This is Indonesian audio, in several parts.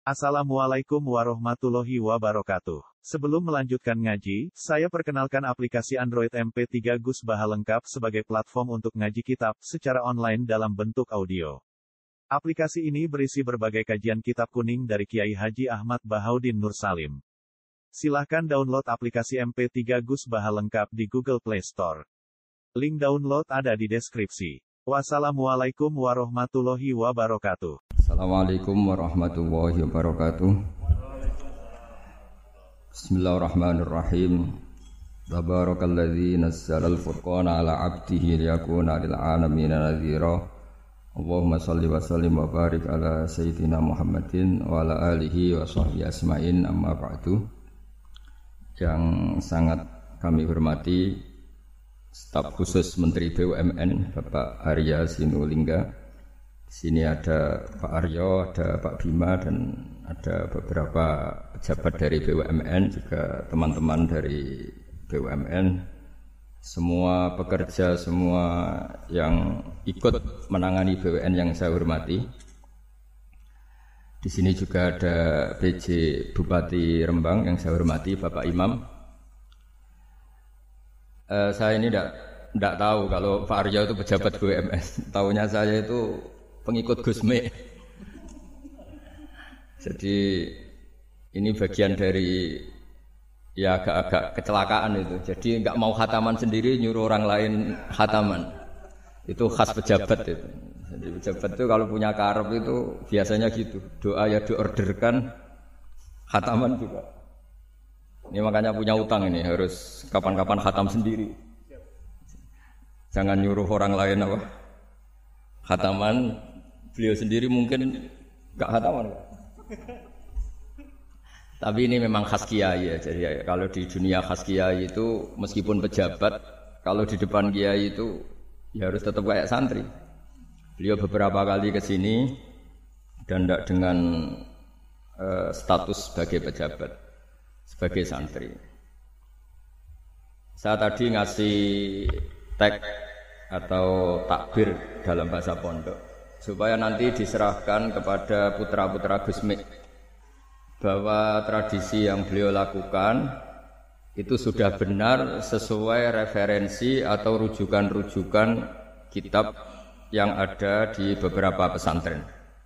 Assalamualaikum warahmatullahi wabarakatuh. Sebelum melanjutkan ngaji, saya perkenalkan aplikasi Android MP3 Gus Baha lengkap sebagai platform untuk ngaji kitab secara online dalam bentuk audio. Aplikasi ini berisi berbagai kajian kitab kuning dari Kiai Haji Ahmad Bahaudin Nur Salim. Silahkan download aplikasi MP3 Gus Baha lengkap di Google Play Store. Link download ada di deskripsi. Wassalamualaikum warahmatullahi wabarakatuh. Assalamualaikum warahmatullahi wabarakatuh. Bismillahirrahmanirrahim. Tabarakalladzi nazzala al-furqana ala 'abdihi liyakuna lil 'alamin nadhira. Allahumma shalli wa sallim wa barik ala sayyidina Muhammadin wa ala alihi wa sahbihi asma'in, amma ba'du. Yang sangat kami hormati staf khusus Menteri BUMN Bapak Arya Sinulinga. Di sini ada Pak Aryo, ada Pak Bima, dan ada beberapa pejabat dari BUMN, juga teman-teman dari BUMN, semua pekerja, semua yang ikut menangani BUMN yang saya hormati. Di sini juga ada PJ Bupati Rembang yang saya hormati, Bapak Imam. Saya ini tidak tahu kalau Pak Aryo itu pejabat BUMN. Tahunya saya itu pengikut Gusme. Jadi ini bagian dari ya agak-agak kecelakaan itu. Jadi nggak mau khataman sendiri, nyuruh orang lain khataman. Itu khas pejabat itu. Jadi pejabat itu kalau punya karep itu biasanya gitu. Doa ya diorderkan, khataman juga. Ini makanya punya utang ini, harus kapan-kapan khatam sendiri. Jangan nyuruh orang lain apa khataman. Beliau sendiri mungkin enggak khataman. Tapi ini memang khas kiai ya. Jadi kalau di dunia khas kiai itu meskipun pejabat, kalau di depan kiai itu ya harus tetap kayak santri. Beliau beberapa kali ke sini dan tidak dengan status sebagai pejabat, sebagai santri. Saya tadi ngasih tag atau takbir dalam bahasa pondok supaya nanti diserahkan kepada putra-putra Gusmi bahwa tradisi yang beliau lakukan itu sudah benar sesuai referensi atau rujukan-rujukan kitab yang ada di beberapa pesantren.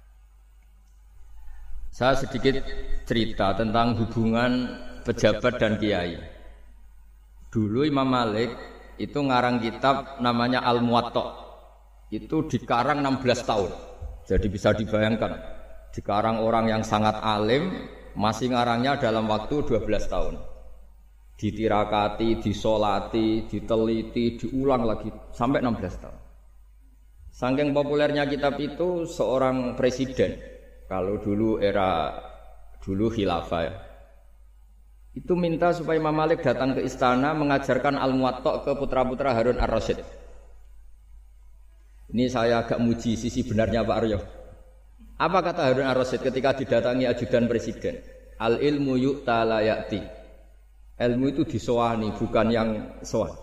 Saya sedikit cerita tentang hubungan pejabat dan kiai. Dulu Imam Malik itu ngarang kitab namanya Al-Muwatta. Itu dikarang 16 tahun. Jadi bisa dibayangkan, dikarang orang yang sangat alim, masih ngarangnya dalam waktu 12 tahun. Ditirakati, disolati, diteliti, diulang lagi sampai 16 tahun. Saking populernya kitab itu, seorang presiden, kalau dulu era khilafah ya, itu minta supaya Imam Malik datang ke istana mengajarkan Al-Muwatta ke putra-putra Harun Ar-Rasyid. Ini saya agak muji sisi benarnya Pak Aryo. Apa kata Harun Ar-Rasyid ketika didatangi ajudan presiden? Al-ilmu yu'ta la ya'ti. Ilmu itu disoani, bukan yang soan.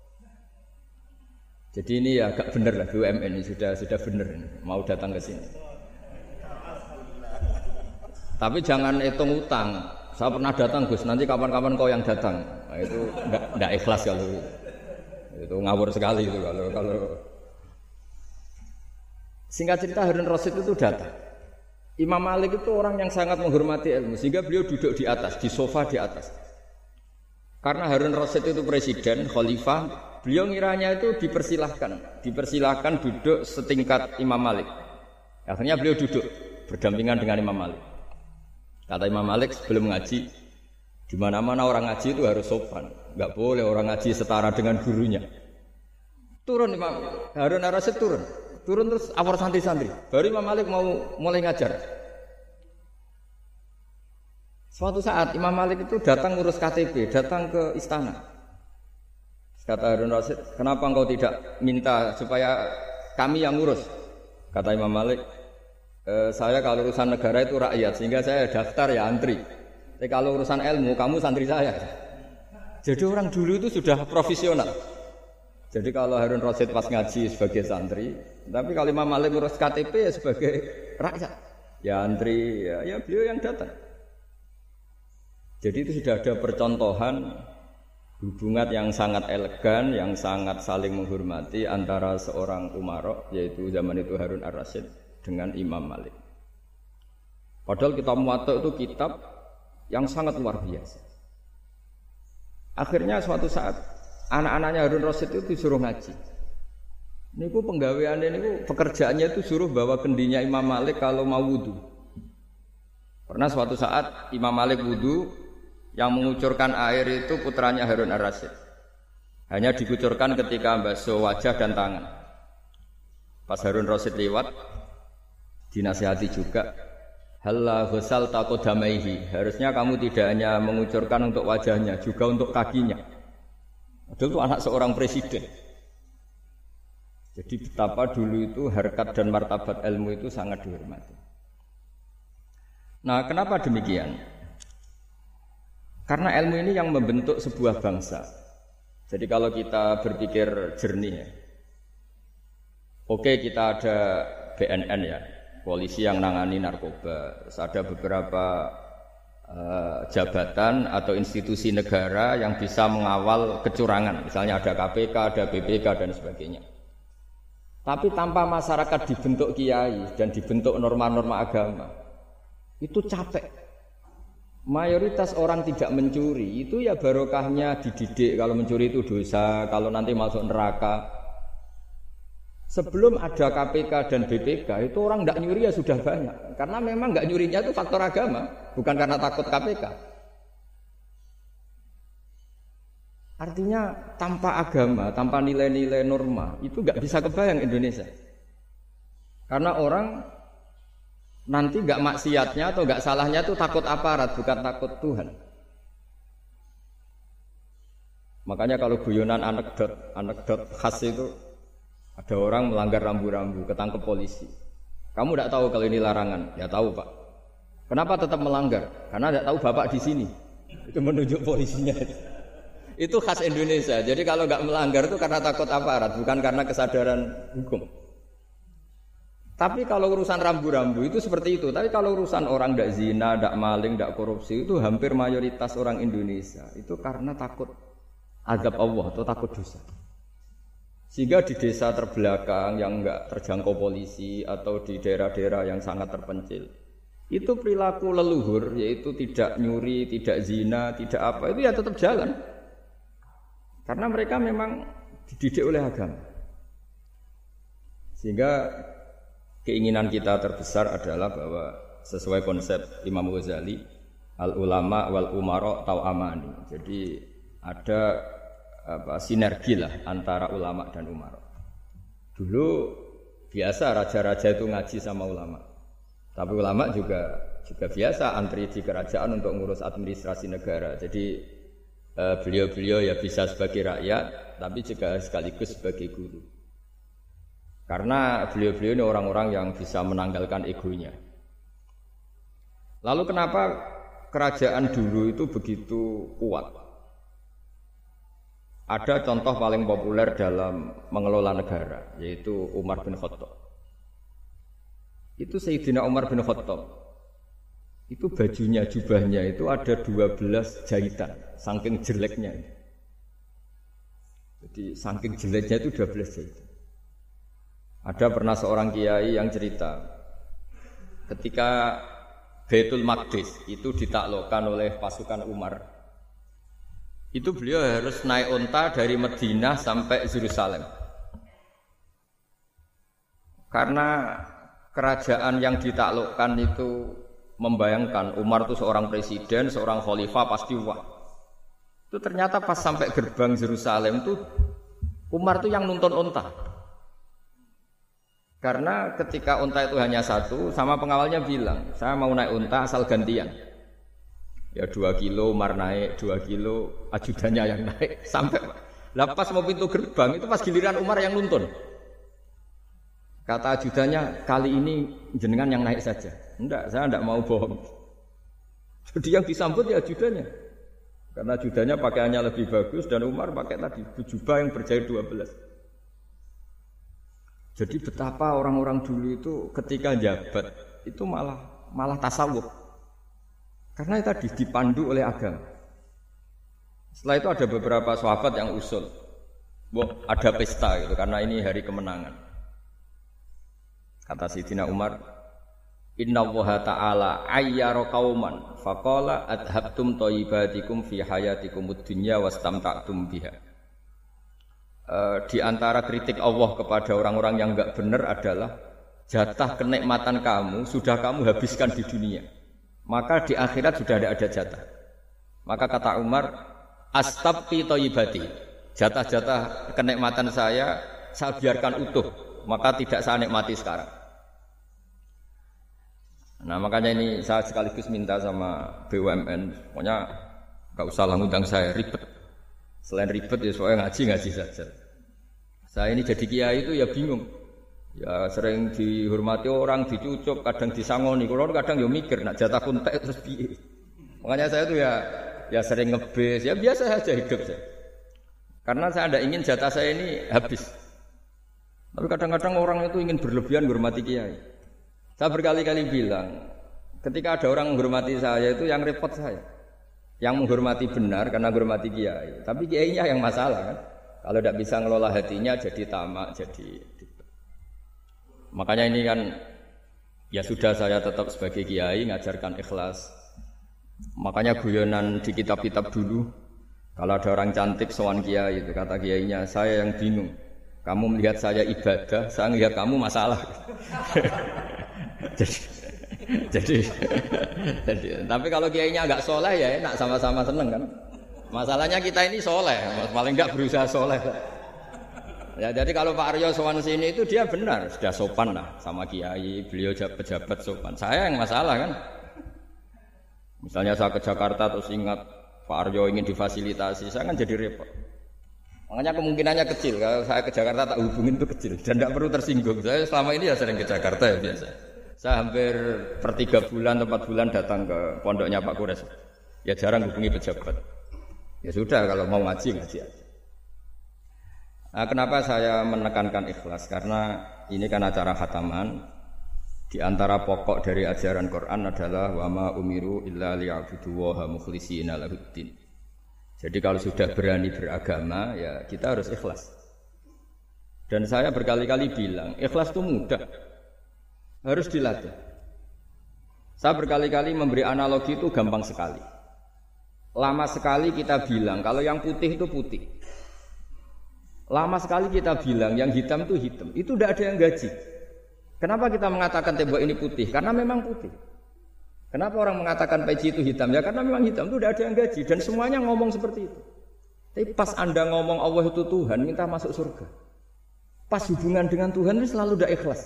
Jadi ini ya agak benar lah, BUMN ini sudah benar ini, mau datang ke sini. Tapi jangan hitung utang. Saya pernah datang Gus, nanti kapan-kapan kau yang datang. Nah, itu enggak ikhlas kalau itu ngawur sekali itu kalau singkat cerita Harun Rasyid itu datang. Imam Malik itu orang yang sangat menghormati ilmu, sehingga beliau duduk di atas, di sofa di atas. Karena Harun Rasyid itu presiden, khalifah, beliau ngiranya itu dipersilahkan duduk setingkat Imam Malik. Akhirnya beliau duduk berdampingan dengan Imam Malik. Kata Imam Malik sebelum ngaji, di mana-mana orang ngaji itu harus sopan, enggak boleh orang ngaji setara dengan gurunya. Turun Imam Harun Rasyid turun terus awar santri-santri. Baru Imam Malik mau mulai ngajar. Suatu saat Imam Malik itu datang ngurus KTP, datang ke istana. Kata Harun Rasyid, kenapa engkau tidak minta supaya kami yang ngurus? Kata Imam Malik, saya kalau urusan negara itu rakyat, sehingga saya daftar ya antri. Tapi kalau urusan ilmu, kamu santri saya. Jadi orang dulu itu sudah profesional. Jadi kalau Harun Rasyid pas ngaji sebagai santri, tapi kalau Imam Malik ngurus KTP ya sebagai rakyat. ya antri, ya beliau yang datang. Jadi itu sudah ada percontohan hubungan yang sangat elegan, yang sangat saling menghormati antara seorang umara, yaitu zaman itu Harun ar-Rasyid dengan Imam Malik. Padahal kitab Muwatta itu kitab yang sangat luar biasa. Akhirnya suatu saat anak-anaknya Harun Rasyid itu disuruh ngaji. Niku penggaweannya niku pekerjaannya itu suruh bawa kendinya Imam Malik kalau mau wudu. Pernah suatu saat Imam Malik wudu, yang mengucurkan air itu putranya Harun ar-Rasyid. Hanya dikucurkan ketika basuh wajah dan tangan. Pas Harun Rasyid lewat, dinasihati juga, halla ghusal taqodamaihi. Harusnya kamu tidak hanya mengucurkan untuk wajahnya, juga untuk kakinya. Itu anak seorang presiden. Jadi betapa dulu itu harkat dan martabat ilmu itu sangat dihormati. Nah, kenapa demikian? Karena ilmu ini yang membentuk sebuah bangsa. Jadi kalau kita berpikir jernih ya. Oke, kita ada BNN ya, polisi yang nangani narkoba. Terus ada beberapa jabatan atau institusi negara yang bisa mengawal kecurangan. Misalnya ada KPK, ada BPK dan sebagainya. Tapi tanpa masyarakat dibentuk kiai dan dibentuk norma-norma agama, itu capek. Mayoritas orang tidak mencuri, itu ya barokahnya dididik kalau mencuri itu dosa, kalau nanti masuk neraka. Sebelum ada KPK dan BPK, itu orang tidak nyuri ya sudah banyak. Karena memang tidak nyurinya itu faktor agama, bukan karena takut KPK. Artinya tanpa agama, tanpa nilai-nilai norma, itu tidak bisa kebayang Indonesia. Karena orang nanti enggak maksiatnya atau enggak salahnya itu takut aparat, bukan takut Tuhan. Makanya kalau guyonan anekdot khas itu, ada orang melanggar rambu-rambu, ketangkep polisi. Kamu enggak tahu kalau ini larangan? Ya tahu, Pak. Kenapa tetap melanggar? Karena enggak tahu Bapak di sini. Itu menunjuk polisinya. Itu khas Indonesia. Jadi kalau enggak melanggar itu karena takut aparat, bukan karena kesadaran hukum. Tapi kalau urusan rambu-rambu itu seperti itu. Tapi kalau urusan orang tidak zina, tidak maling, tidak korupsi, itu hampir mayoritas orang Indonesia itu karena takut azab Allah atau takut dosa. Sehingga di desa terbelakang yang enggak terjangkau polisi atau di daerah-daerah yang sangat terpencil, itu perilaku leluhur, yaitu tidak nyuri, tidak zina, tidak apa, itu ya tetap jalan. Karena mereka memang dididik oleh agama. Sehingga keinginan kita terbesar adalah bahwa sesuai konsep Imam Ghazali, al-ulama wal umara tau'amani. Jadi ada sinergi lah antara ulama dan umara. Dulu biasa raja-raja itu ngaji sama ulama. Tapi ulama juga biasa antri di kerajaan untuk ngurus administrasi negara. Jadi beliau-beliau ya bisa sebagai rakyat, tapi juga sekaligus sebagai guru. Karena beliau-beliau ini orang-orang yang bisa menanggalkan egonya. Lalu kenapa kerajaan dulu itu begitu kuat? Ada contoh paling populer dalam mengelola negara, yaitu Umar bin Khattab. Itu Sayyidina Umar bin Khattab. Itu bajunya, jubahnya itu ada 12 jahitan, saking jeleknya. Jadi saking jeleknya itu 12 jahitan. Ada pernah seorang kiai yang cerita ketika Baitul Maqdis itu ditaklukkan oleh pasukan Umar, itu beliau harus naik unta dari Madinah sampai Yerusalem. Karena kerajaan yang ditaklukkan itu membayangkan Umar itu seorang presiden, seorang khalifah pasti wah. Itu ternyata pas sampai gerbang Yerusalem itu Umar itu yang nuntun unta. Karena ketika unta itu hanya satu, sama pengawalnya bilang, saya mau naik unta asal gantian. Ya 2 kilo Umar naik, 2 kilo ajudannya yang naik. Sampai lepas mau pintu gerbang, itu pas giliran Umar yang nuntun. Kata ajudannya, kali ini jenengan yang naik saja. Enggak, saya enggak mau bohong. Jadi yang disambut ya ajudannya. Karena ajudannya pakaiannya lebih bagus dan Umar pakai tadi jubah yang berjahit 12. Jadi betapa orang-orang dulu itu ketika jabat itu malah tasawuf. Karena itu tadi dipandu oleh agama. Setelah itu ada beberapa sahabat yang usul, ada pesta gitu karena ini hari kemenangan. Kata Sayyidina Umar, Inna Allaha ta'ala ayyara qauman faqala adhabtum thayyibatikum fi hayatikumud dunya wastamta'tum biha. Di antara kritik Allah kepada orang-orang yang enggak benar adalah jatah kenikmatan kamu sudah kamu habiskan di dunia. Maka di akhirat sudah tidak ada jatah. Maka kata Umar, astabqi thayyibati. Jatah-jatah kenikmatan saya biarkan utuh, maka tidak saya nikmati sekarang. Nah makanya ini saya sekaligus minta sama BUMN, pokoknya enggak usah ngundang saya ribet. Selain ribet ya soalnya ngaji saja. Saya ini jadi kiai itu ya bingung. Ya sering dihormati orang, dicucuk, kadang disangoni. Kalau kadang ya mikir nak jatah kuntek terus piye. Makanya saya itu ya sering ngebes, ya biasa saja hidup saya. Karena saya tidak ingin jatah saya ini habis. Tapi kadang-kadang orang itu ingin berlebihan menghormati kiai. Saya berkali-kali bilang, ketika ada orang menghormati saya itu yang repot saya. Yang menghormati benar karena menghormati kiai. Tapi kiainya yang masalah kan. Kalau tidak bisa ngelola hatinya jadi tamak, jadi. Makanya ini kan ya sudah saya tetap sebagai kiai ngajarkan ikhlas. Makanya guyonan di kitab-kitab dulu kalau ada orang cantik sowan kiai itu kata kiainya, saya yang bingung. Kamu melihat saya ibadah, saya melihat kamu masalah. jadi tapi kalau kiainya agak soleh ya enak sama-sama seneng kan. Masalahnya kita ini soleh, paling enggak berusaha soleh. Ya, jadi kalau Pak Aryo sowan sini itu dia benar, sudah sopan lah sama kiai, beliau pejabat sopan. Saya yang masalah kan. Misalnya saya ke Jakarta terus ingat Pak Aryo ingin difasilitasi, saya kan jadi repot. Makanya kemungkinannya kecil, kalau saya ke Jakarta tak hubungin itu kecil dan tidak perlu tersinggung. Saya selama ini ya sering ke Jakarta ya biasa. Saya hampir per 3 bulan, 4 bulan datang ke pondoknya Pak Kures. Ya jarang hubungi pejabat. Ya sudah kalau mau ngaji aja. Nah, kenapa saya menekankan ikhlas? Karena ini kan acara khataman. Di antara pokok dari ajaran Quran adalah wa ma umiru illa liya'buduwaha mukhlishina lahuddin. Jadi kalau sudah berani beragama ya kita harus ikhlas. Dan saya berkali-kali bilang, ikhlas itu mudah. Harus dilatih. Saya berkali-kali memberi analogi itu gampang sekali. Lama sekali kita bilang kalau yang putih itu putih. Lama sekali kita bilang yang hitam itu hitam. Itu tidak ada yang gaji. Kenapa kita mengatakan tembok ini putih? Karena memang putih. Kenapa orang mengatakan peci itu hitam? Ya karena memang hitam itu tidak ada yang gaji. Dan semuanya ngomong seperti itu. Tapi pas Anda ngomong Allah itu Tuhan, minta masuk surga. Pas hubungan dengan Tuhan itu selalu tidak ikhlas.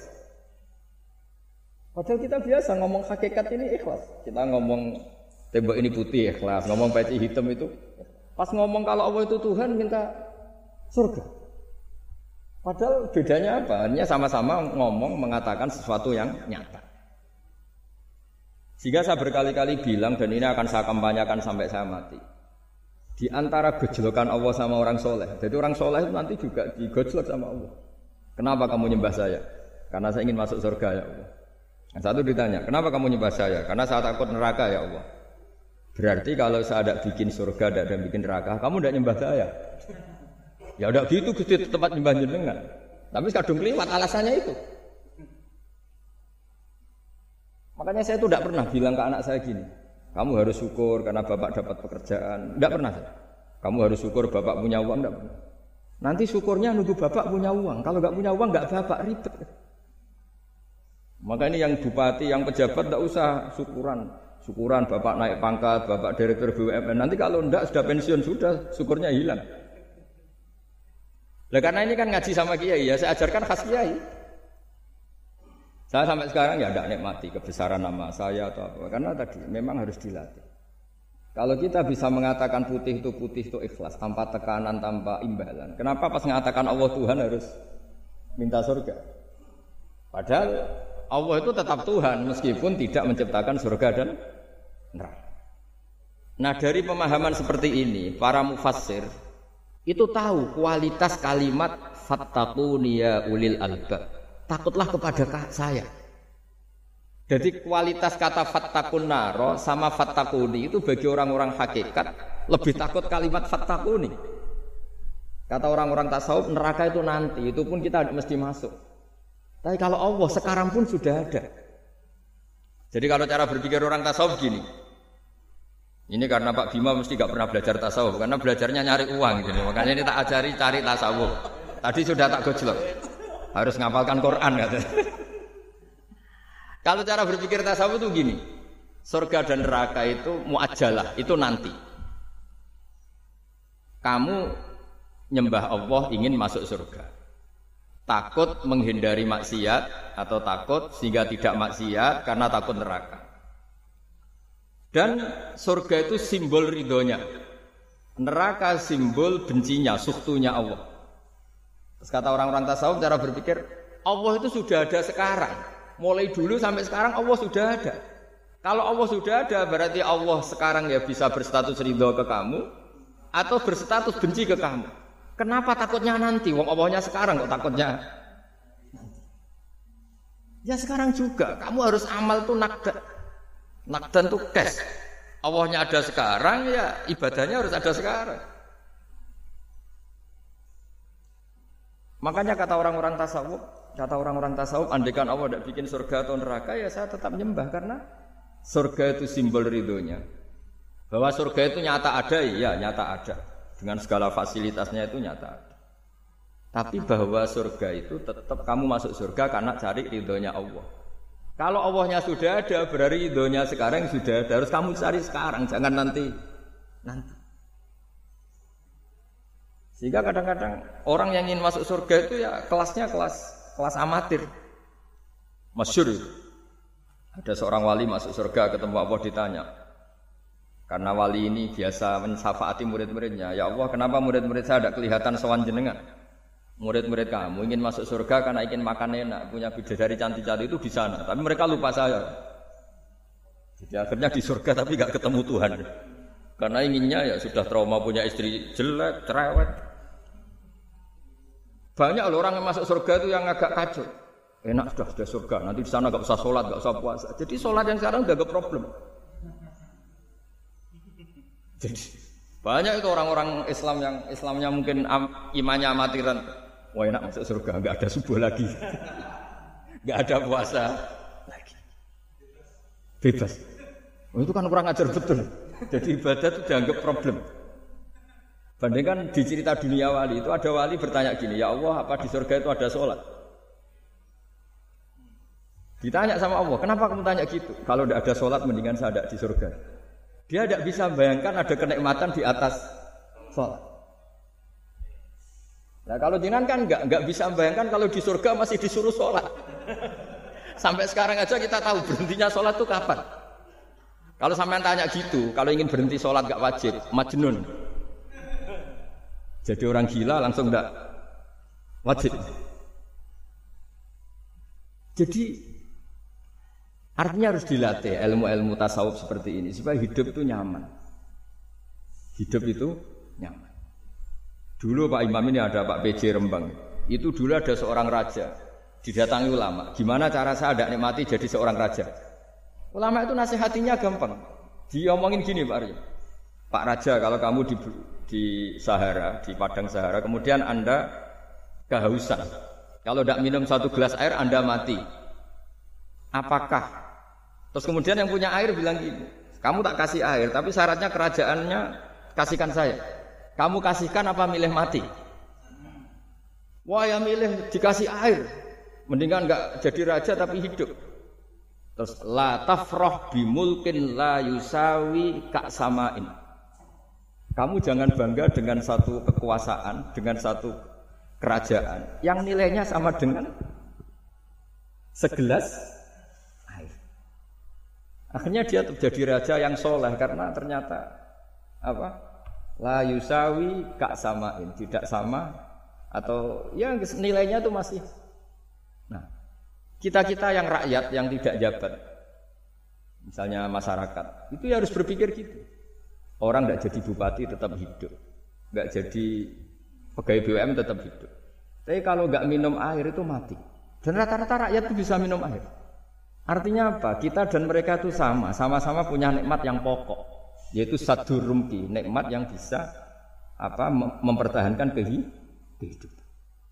Padahal kita biasa ngomong hakikat ini ikhlas. Kita ngomong tembok ini putih ikhlas. Ngomong peci hitam itu. Pas ngomong kalau Allah itu Tuhan, minta surga. Padahal bedanya apa? Hanya sama-sama ngomong mengatakan sesuatu yang nyata. Sehingga saya berkali-kali bilang dan ini akan saya kampanyakan sampai saya mati. Di antara gejolokan Allah sama orang soleh. Jadi orang soleh itu nanti juga digojlok sama Allah. Kenapa kamu nyembah saya? Karena saya ingin masuk surga ya Allah. Yang satu ditanya, kenapa kamu nyembah saya? Karena saya takut neraka ya Allah. Berarti kalau saya ada bikin surga, ada bikin neraka, kamu tidak nyembah saya. Ya udah gitu Gusti tempat nyembah jenengan. Tapi kadung kliwat alasannya itu. Makanya saya itu tidak pernah bilang ke anak saya gini, kamu harus syukur karena bapak dapat pekerjaan. Tidak pernah saya. Kamu harus syukur bapak punya uang, tidak pernah. Nanti syukurnya nunggu bapak punya uang. Kalau nggak punya uang nggak bapak ribet. Maka ini yang bupati, yang pejabat tidak usah syukuran bapak naik pangkat, bapak direktur BUMN. Nanti kalau tidak sudah pensiun sudah syukurnya hilang. Lah karena ini kan ngaji sama kiai ya, saya ajarkan khas kiai. Saya sampai sekarang ya tidak nikmati kebesaran nama saya atau apa, karena tadi memang harus dilatih. Kalau kita bisa mengatakan putih itu ikhlas, tanpa tekanan, tanpa imbalan. Kenapa pas mengatakan Allah Tuhan harus minta surga? Padahal Allah itu tetap Tuhan meskipun tidak menciptakan surga dan neraka. Nah dari pemahaman seperti ini, para mufassir itu tahu kualitas kalimat fattaquni ya ulil albab. Takutlah kepada saya. Jadi kualitas kata fattakun naro sama fattakuni itu bagi orang-orang hakikat lebih takut kalimat fattakuni. Kata orang-orang tasawuf neraka itu nanti, itu pun kita mesti masuk. Tapi kalau Allah sekarang pun sudah ada. Jadi kalau cara berpikir orang tasawuf gini. Ini karena Pak Bima mesti gak pernah belajar tasawuf, karena belajarnya nyari uang gitu. Makanya ini tak ajari cari tasawuf. Tadi sudah tak gojlok. Harus ngapalkan Quran katanya. Kalau cara berpikir tasawuf itu gini. Surga dan neraka itu muajjalah, itu nanti. Kamu nyembah Allah ingin masuk surga. Takut menghindari maksiat atau takut sehingga tidak maksiat karena takut neraka. Dan surga itu simbol ridhonya. Neraka simbol bencinya, sukhtunya Allah. Terus kata orang-orang tasawuf cara berpikir, Allah itu sudah ada sekarang. Mulai dulu sampai sekarang Allah sudah ada. Kalau Allah sudah ada berarti Allah sekarang ya bisa berstatus ridho ke kamu atau berstatus benci ke kamu. Kenapa takutnya nanti? Wong Allahnya sekarang kok takutnya? Ya sekarang juga. Kamu harus amal tuh nakdan. Nakdan tuh cash. Allahnya ada sekarang, ya ibadahnya harus ada sekarang. Makanya kata orang-orang tasawuf, andaikan Allah tidak bikin surga atau neraka, ya saya tetap nyembah karena surga itu simbol ridhonya. Bahwa surga itu nyata ada, ya nyata ada. Dengan segala fasilitasnya itu nyata. Tapi bahwa surga itu tetap kamu masuk surga karena cari ridhonya Allah. Kalau Allahnya sudah ada, berarti ridhonya sekarang sudah ada. Harus kamu cari sekarang, jangan nanti. Sehingga kadang-kadang orang yang ingin masuk surga itu ya kelasnya kelas amatir. Masyhur itu. Ada seorang wali masuk surga ketemu Allah ditanya. Karena wali ini biasa mensyafaati murid-muridnya. Ya Allah, kenapa murid-murid saya tidak kelihatan sowan jenengan? Murid-murid kamu ingin masuk surga karena ingin makan enak, punya bidadari cantik-cantik itu di sana. Tapi mereka lupa saya. Jadi akhirnya di surga tapi nggak ketemu Tuhan. Karena inginnya ya sudah trauma punya istri jelek, cerewet. Banyak loh orang yang masuk surga itu yang agak kacau. Enak sudah surga, nanti di sana nggak usah sholat, nggak usah puasa. Jadi sholat yang sekarang udah gak problem. Jadi banyak itu orang-orang Islam yang Islamnya mungkin imannya amatiran. Wah enak masuk surga, nggak ada subuh lagi, nggak ada puasa lagi, bebas. Oh, itu kan kurang ajar betul. Jadi ibadah itu dianggap problem. Bandingkan di cerita dunia wali itu ada wali bertanya gini, ya Allah apa di surga itu ada sholat? Ditanya sama Allah, kenapa kamu tanya gitu? Kalau tidak ada sholat mendingan saya ada di surga. Dia tidak bisa bayangkan ada kenikmatan di atas sholat. Nah kalau jenengan kan enggak bisa bayangkan kalau di surga masih disuruh sholat. Sampai sekarang aja kita tahu berhentinya sholat itu kapan. Kalau sampean tanya gitu, kalau ingin berhenti sholat enggak wajib, majnun. Jadi orang gila langsung enggak wajib. Jadi artinya harus dilatih ilmu-ilmu tasawuf seperti ini supaya hidup itu nyaman. Hidup itu nyaman. Dulu Pak Imam ini ada Pak PJ Rembang. Itu dulu ada seorang raja didatangi ulama. Gimana cara saya tidak nikmati jadi seorang raja? Ulama itu nasihatinya gampang. Diomongin gini Pak Arya. Pak Raja kalau kamu di Sahara, di padang Sahara, kemudian Anda kehausan. Kalau tidak minum satu gelas air Anda mati. Apakah? Terus kemudian yang punya air bilang gini, kamu tak kasih air, tapi syaratnya kerajaannya kasihkan saya. Kamu kasihkan apa milih mati? Wah ya milih dikasih air. Mendingan enggak jadi raja tapi hidup. Terus la tafrah bimulkin la yusawi kak samain. Kamu jangan bangga dengan satu kekuasaan, dengan satu kerajaan yang nilainya sama dengan segelas air. Akhirnya dia jadi raja yang soleh karena ternyata apa? La yusawi kak samain, tidak sama atau ya nilainya itu masih. Nah, kita-kita yang rakyat yang tidak jabat, misalnya masyarakat, itu ya harus berpikir gitu. Orang tidak jadi bupati tetap hidup, nggak jadi pegawai BUMN tetap hidup. Tapi kalau nggak minum air itu mati. Dan rata-rata rakyat itu bisa minum air. Artinya apa? Kita dan mereka itu sama-sama punya nikmat yang pokok, yaitu sadur rumki, nikmat yang bisa mempertahankan kehidupan.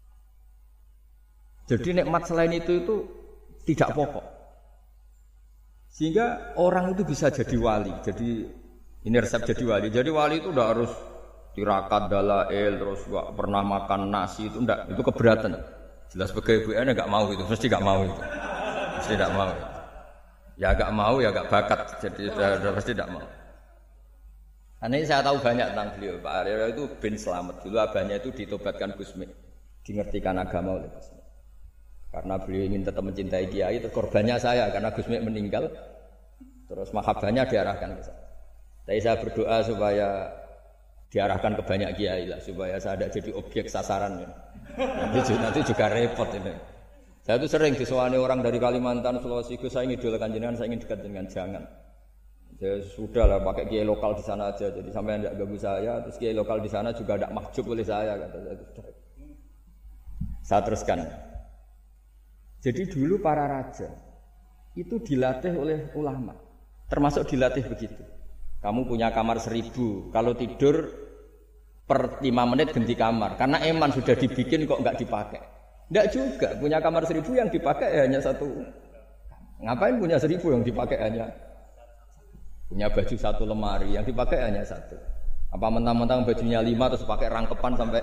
Jadi nikmat selain itu tidak pokok. Sehingga orang itu bisa jadi wali. Jadi ini resep jadi wali. Jadi wali itu udah harus tirakat dalail, terus gak pernah makan nasi, itu enggak, itu keberatan. Jelas sebagai ibu-ibu enggak mau itu, mesti enggak mau itu. Mesti enggak mau. Ya enggak mau ya enggak bakat. Jadi sudah pasti enggak mau. Ini saya tahu banyak tentang beliau. Pak Aryo itu bin selamat. Dulu abahnya itu ditobatkan Gusmi, dingertikan agama oleh Gusmi. Karena beliau ingin tetap mencintai kiai, terus korbannya saya karena Gusmi meninggal. Terus mahabbahnya diarahkan ke saya. Tapi saya berdoa supaya diarahkan ke banyak kiai lah, supaya saya tidak jadi objek sasaran. Ya. Nanti juga repot ini. Saya itu sering disewani orang dari Kalimantan, Sulawesi, saya ingin idolakan jenengan, saya ingin dekat dengan jangan. Ya sudah lah, pakai kiai lokal di sana aja. Jadi sampai tidak ganggu saya, terus kiai lokal di sana juga tidak mahjub oleh saya. Kata saya. Saya teruskan. Jadi dulu para raja itu dilatih oleh ulama, termasuk dilatih begitu. Kamu punya kamar 1000, kalau tidur per 5 menit ganti kamar. Karena eman sudah dibikin kok enggak dipakai. Enggak juga, punya kamar 1000 yang dipakai hanya satu. Ngapain punya 1000 yang dipakai hanya? Punya baju satu lemari yang dipakai hanya satu. Apa mentang-mentang bajunya 5 terus pakai rangkepan sampai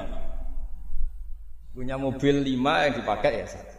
5. Punya mobil 5 yang dipakai ya satu.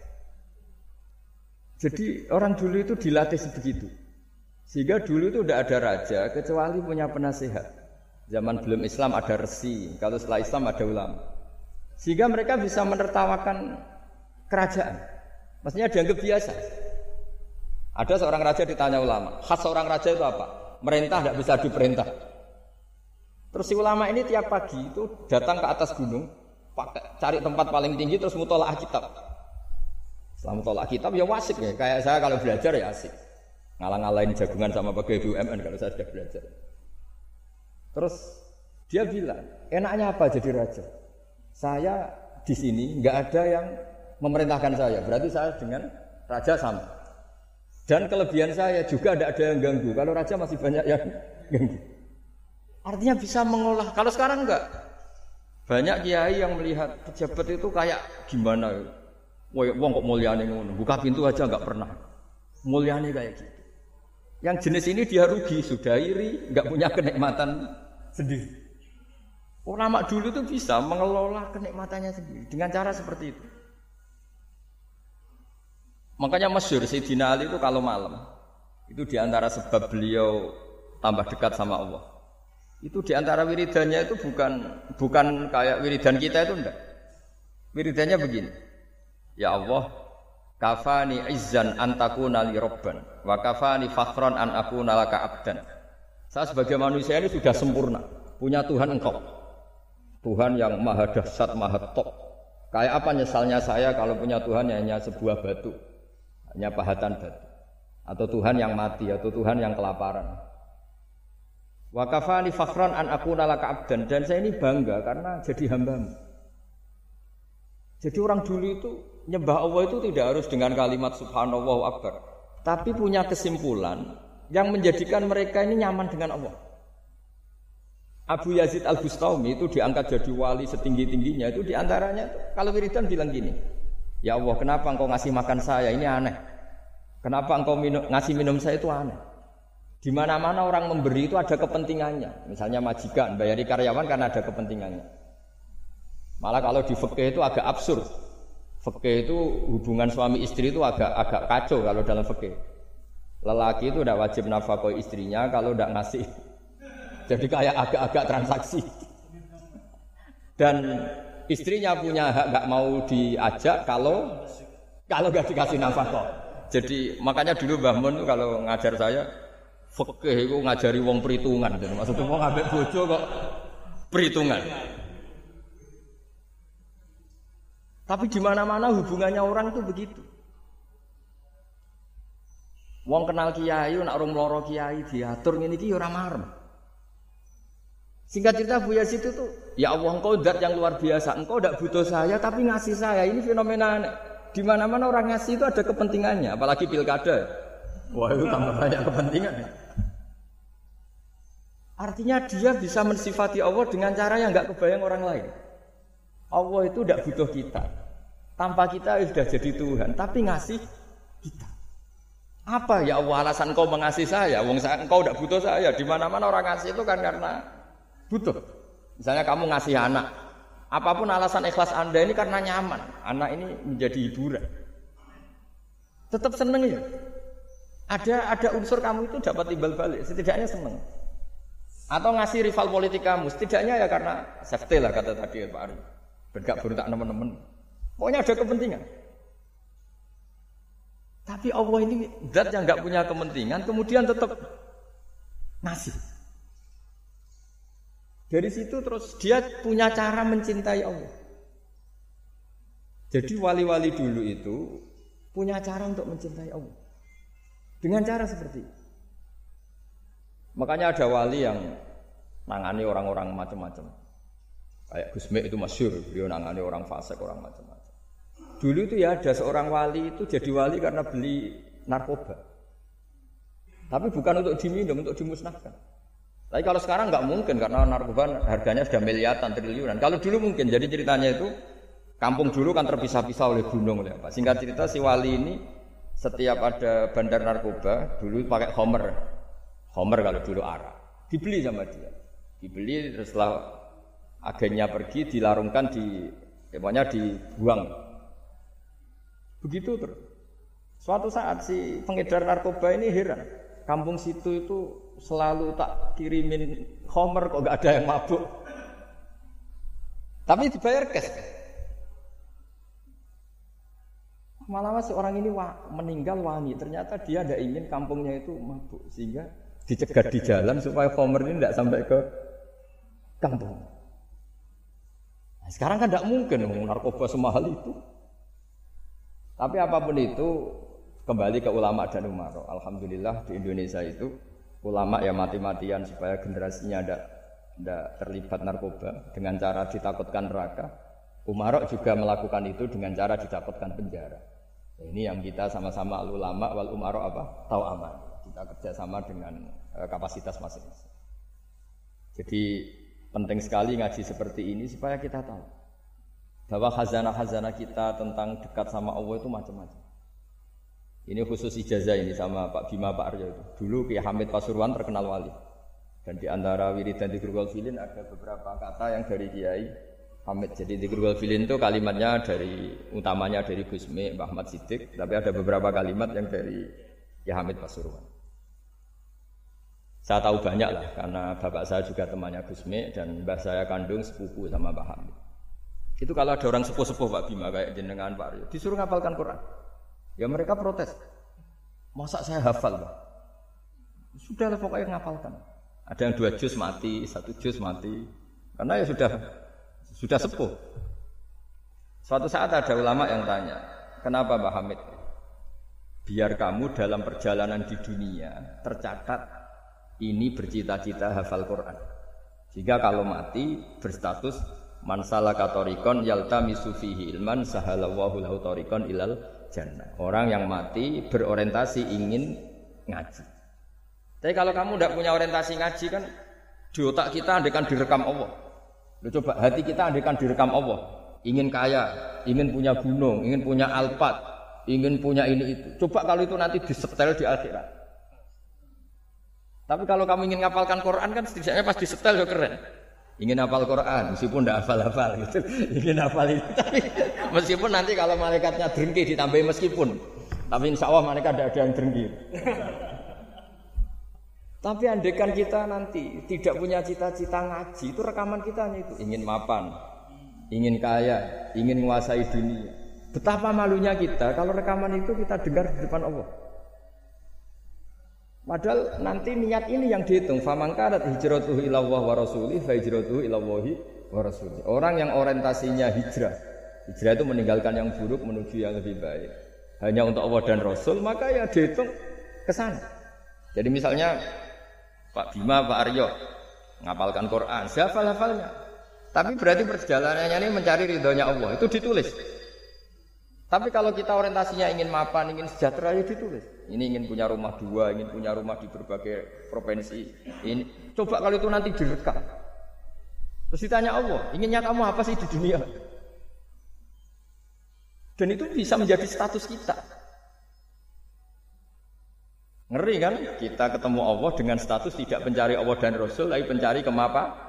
Jadi orang dulu itu dilatih sebegitu. Sehingga dulu itu tidak ada raja kecuali punya penasehat. Zaman belum Islam ada resi, kalau setelah Islam ada ulama. Sehingga mereka bisa menertawakan kerajaan. Maksudnya dianggap biasa. Ada seorang raja ditanya ulama, khas seorang raja itu apa? Merintah tidak bisa diperintah. Terus si ulama ini tiap pagi itu datang ke atas gunung, cari tempat paling tinggi terus mutolaah kitab. Setelah mutolaah kitab ya wasik ya. Kayak saya kalau belajar ya asik. Ngalang-ngalain jagungan sama pegawai BUMN kalau saya sudah belajar. Terus dia bilang, enaknya apa jadi raja? Saya di sini nggak ada yang memerintahkan saya. Berarti saya dengan raja sama. Dan kelebihan saya juga tidak ada yang ganggu. Kalau raja masih banyak yang ganggu. Artinya bisa mengolah. Kalau sekarang enggak. Banyak kiai yang melihat pejabat itu kayak gimana? Wong kok mulyane ngono. Buka pintu aja enggak pernah. Mulyane kayak gitu. Yang jenis ini dia rugi, sudah iri, enggak punya kenikmatan sendiri. Ulama dulu itu bisa mengelola kenikmatannya sendiri dengan cara seperti itu. Makanya masyhur Sayyidina Ali itu kalau malam itu diantara sebab beliau tambah dekat sama Allah. Itu diantara wiridannya itu bukan kayak wiridan kita itu enggak. Wiridannya begini. Ya Allah, kafani izzan an takuna li rabban wa kafani fakhran an akuna laka abdan. Saya sebagai manusia ini sudah sempurna, punya Tuhan engkau. Tuhan yang maha dahsyat, maha top. Kayak apa nyesalnya saya kalau punya Tuhan yang hanya sebuah batu, hanya pahatan batu. Atau Tuhan yang mati, atau Tuhan yang kelaparan. Wa kafani fakhran an akuna laka abdan. Dan saya ini bangga karena jadi hambamu. Jadi orang dulu itu nyembah Allah itu tidak harus dengan kalimat subhanallahu akbar, tapi punya kesimpulan yang menjadikan mereka ini nyaman dengan Allah. Abu Yazid Al-Bustami itu diangkat jadi wali setinggi-tingginya itu diantaranya kalau wiridan bilang gini, ya Allah kenapa engkau ngasih makan saya, ini aneh. Kenapa engkau ngasih minum saya itu aneh. Di mana-mana orang memberi itu ada kepentingannya. Misalnya majikan bayari karyawan karena ada kepentingannya. Malah kalau di fikih itu agak absurd. Fikih itu hubungan suami istri itu agak kacau kalau dalam fikih. Lelaki itu tidak wajib nafkahi istrinya kalau tidak ngasih. Jadi kayak agak-agak transaksi. Dan istrinya punya hak nggak mau diajak kalau nggak dikasih nafkah. Jadi makanya dulu Mbah Mun itu kalau ngajar saya fikih itu ngajari wong perhitungan. Jadi maksudnya wong ambek bojo kok perhitungan. Tapi di mana-mana hubungannya orang itu begitu. Wong kenal kiai, nak orang meloro kiai diatur ngene iki ora marem. Singkat cerita Bu Yazid itu, ya Allah engkau zat yang luar biasa, engkau tidak butuh saya tapi ngasih saya, ini fenomena aneh. di mana-mana orang ngasih itu ada kepentingannya, apalagi pilkada. Wah, itu tambah banyak kepentingan. Artinya dia bisa mensifati Allah dengan cara yang enggak kebayang orang lain. Allah itu tidak butuh kita. Tanpa kita sudah jadi Tuhan, tapi ngasih kita. Apa ya Allah alasan kau mengasihi saya? Wong engkau tidak butuh saya. Di mana-mana orang ngasih itu kan karena butuh. Misalnya kamu ngasih anak. Apapun alasan ikhlas Anda ini karena nyaman. Anak ini menjadi hiburan. Tetap seneng ya. Ada unsur kamu itu dapat timbal balik. Setidaknya seneng. Atau ngasih rival politik kamu. Setidaknya ya karena safety lah kata tadi Pak Ari. Bergak berontak teman-teman. Pokoknya ada kepentingan. Tapi Allah ini zat yang enggak punya kepentingan. Kemudian tetap ngasih. Dari situ terus dia punya cara mencintai Allah. Jadi wali-wali dulu itu punya cara untuk mencintai Allah. Dengan cara seperti itu. Makanya ada wali yang nangani orang-orang macam-macam. Kayak Gusme itu masyhur, dia nangani orang fasik, orang macam-macam. Dulu itu ya ada seorang wali itu jadi wali karena beli narkoba. Tapi bukan untuk diminum, untuk dimusnahkan. Tapi kalau sekarang nggak mungkin karena narkoba harganya sudah miliaran, triliunan. Kalau dulu mungkin. Jadi ceritanya itu kampung dulu kan terpisah-pisah oleh gunung oleh apa. Singkat cerita si wali ini setiap ada bandar narkoba dulu pakai Homer kalau dulu arak. Dibeli sama dia. Dibeli terus setelah agennya pergi dilarungkan pokoknya dibuang. Begitu terus. Suatu saat si pengedar narkoba ini heran. Kampung situ itu selalu tak kirimin Homer kok enggak ada yang mabuk. Tapi dibayar cash. Malah seorang ini meninggal wangi. Ternyata dia tidak ingin kampungnya itu mabuk sehingga dicegat di jalan supaya Homer ini tidak sampai ke kampung. Nah, sekarang kan tidak mungkin narkoba semahal itu. Tapi apapun itu kembali ke ulama dan umaro. Alhamdulillah di Indonesia itu ulama ya mati-matian supaya generasinya tidak terlibat narkoba dengan cara ditakutkan neraka. Umaro juga melakukan itu dengan cara ditakutkan penjara. Nah, ini yang kita sama-sama ulama wal umaro apa? Tahu aman. Kita kerjasama dengan kapasitas masing-masing. Jadi penting sekali ngaji seperti ini supaya kita tahu bahwa khazanah-khazanah kita tentang dekat sama Allah itu macam-macam. Ini khusus ijazah ini sama Pak Bima, Pak Aryo itu. Dulu Kiai Hamid Pasuruan terkenal wali. Dan di antara wiridan Dzikrul Filin ada beberapa kata yang dari Kiai Hamid. Jadi Dzikrul Filin itu kalimatnya utamanya dari Gusme, Mbah Ahmad Siddiq, tapi ada beberapa kalimat yang dari Kiai Hamid Pasuruan. Saya tahu banyak lah karena bapak saya juga temannya Gusme dan mbah saya kandung sepupu sama Mbah Hamid. Itu kalau ada orang sepuh-sepuh Pak Bima kayak jenengan Pak Aryo, disuruh ngapalkan Quran. Ya mereka protes. Masa saya hafal, Pak? Sudah lah pokoknya ngapalkan. Ada yang 2 juz mati, 1 juz mati. Karena ya sudah sepuh. Suatu saat ada ulama yang tanya, kenapa Mbah Hamid? Biar kamu dalam perjalanan di dunia tercatat ini bercita-cita hafal Quran. Jika kalau mati berstatus man salaka tariqan yaltamisu fihi ilman sahalallahu lahu tariqan ilal jannah. Orang yang mati berorientasi ingin ngaji. Tapi kalau kamu tidak punya orientasi ngaji kan di otak kita andaikan direkam Allah. Loh, coba hati kita andaikan direkam Allah. Ingin kaya, ingin punya gunung, ingin punya alpat, ingin punya ini itu. Coba kalau itu nanti disetel di akhirat. Tapi kalau kamu ingin ngapalkan Quran kan setidaknya pas disetel ya keren. Ingin hafal Quran meskipun tidak hafal-hafal gitu. Ingin hafal itu tapi meskipun nanti kalau malaikatnya drengki ditambahi meskipun. Tapi insya Allah malaikat tidak ada yang drengki. Tapi andaikan kita nanti tidak punya cita-cita ngaji, itu rekaman kita hanya itu. Ingin mapan, ingin kaya, ingin menguasai dunia. Betapa malunya kita kalau rekaman itu kita dengar di depan Allah. Padahal nanti niat ini yang dihitung. Famangkanat hijratuhu ila Allah wa rasulih fa hijratuhu ila Allah wa rasulih. Orang yang orientasinya hijrah. Hijrah itu meninggalkan yang buruk menuju yang lebih baik. Hanya untuk Allah dan Rasul, maka ya dihitung ke sana. Jadi misalnya Pak Bima, Pak Aryo ngapalkan Quran, hafal-hafalnya. Tapi berarti perjalanannya ini mencari ridhonya Allah. Itu ditulis. Tapi kalau kita orientasinya ingin mapan, ingin sejahtera, ya ditulis. Ini ingin punya rumah 2, ingin punya rumah di berbagai provinsi. Ini coba kalau itu nanti direkam. Terus ditanya Allah, inginnya kamu apa sih di dunia? Dan itu bisa menjadi status kita. Ngeri kan? Kita ketemu Allah dengan status tidak pencari Allah dan Rasul, tapi pencari kemapan.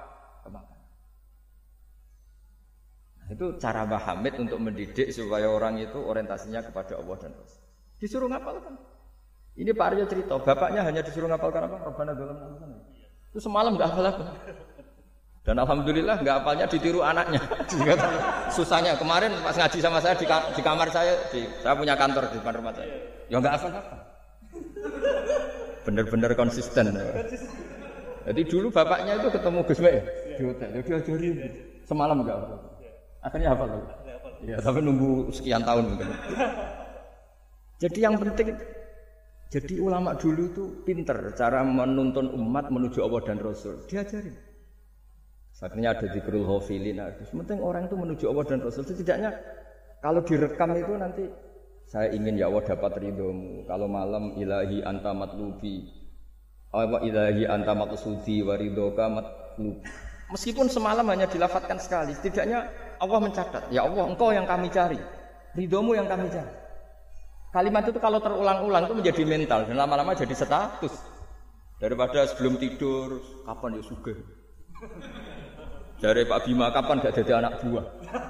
Itu cara Mbah Hamid untuk mendidik supaya orang itu orientasinya kepada Allah dan Rasul. Disuruh ngapalkan. Ini Pak Aryo cerita, bapaknya hanya disuruh ngapalkan apa? Rabbana dzalamna anfusana. Itu semalam enggak hafal apa. Dan alhamdulillah enggak hafalnya ditiru anaknya. Susahnya kemarin pas ngaji sama saya di kamar saya, saya punya kantor di depan rumah saya. Ya enggak hafal-hafal. Bener-bener konsisten. Jadi dulu bapaknya itu ketemu Gus Mek di hotel, dia diajari semalam enggak hafal. Akhirnya hafal lagi. Ya, tapi nunggu sekian tahun mungkin. Jadi yang penting, jadi ulama dulu itu pinter cara menuntun umat menuju Allah dan Rasul. Diajarin. Akhirnya ada dzikrul ghafilin. Penting orang itu menuju Allah dan Rasul. Setidaknya kalau direkam itu nanti saya ingin ya Allah dapat ridhomu. Kalau malam ilahi anta matlubi. Wa ilahi anta maqsudi wa ridhoka matlubi. Meskipun semalam hanya dilafadzkan sekali, setidaknya Allah mencatat, ya Allah engkau yang kami cari, ridhomu yang kami cari. Kalimat itu kalau terulang-ulang itu menjadi mental dan lama-lama jadi status. Daripada sebelum tidur, kapan ya sugih. Dari Pak Bima, kapan gak jadi anak buah.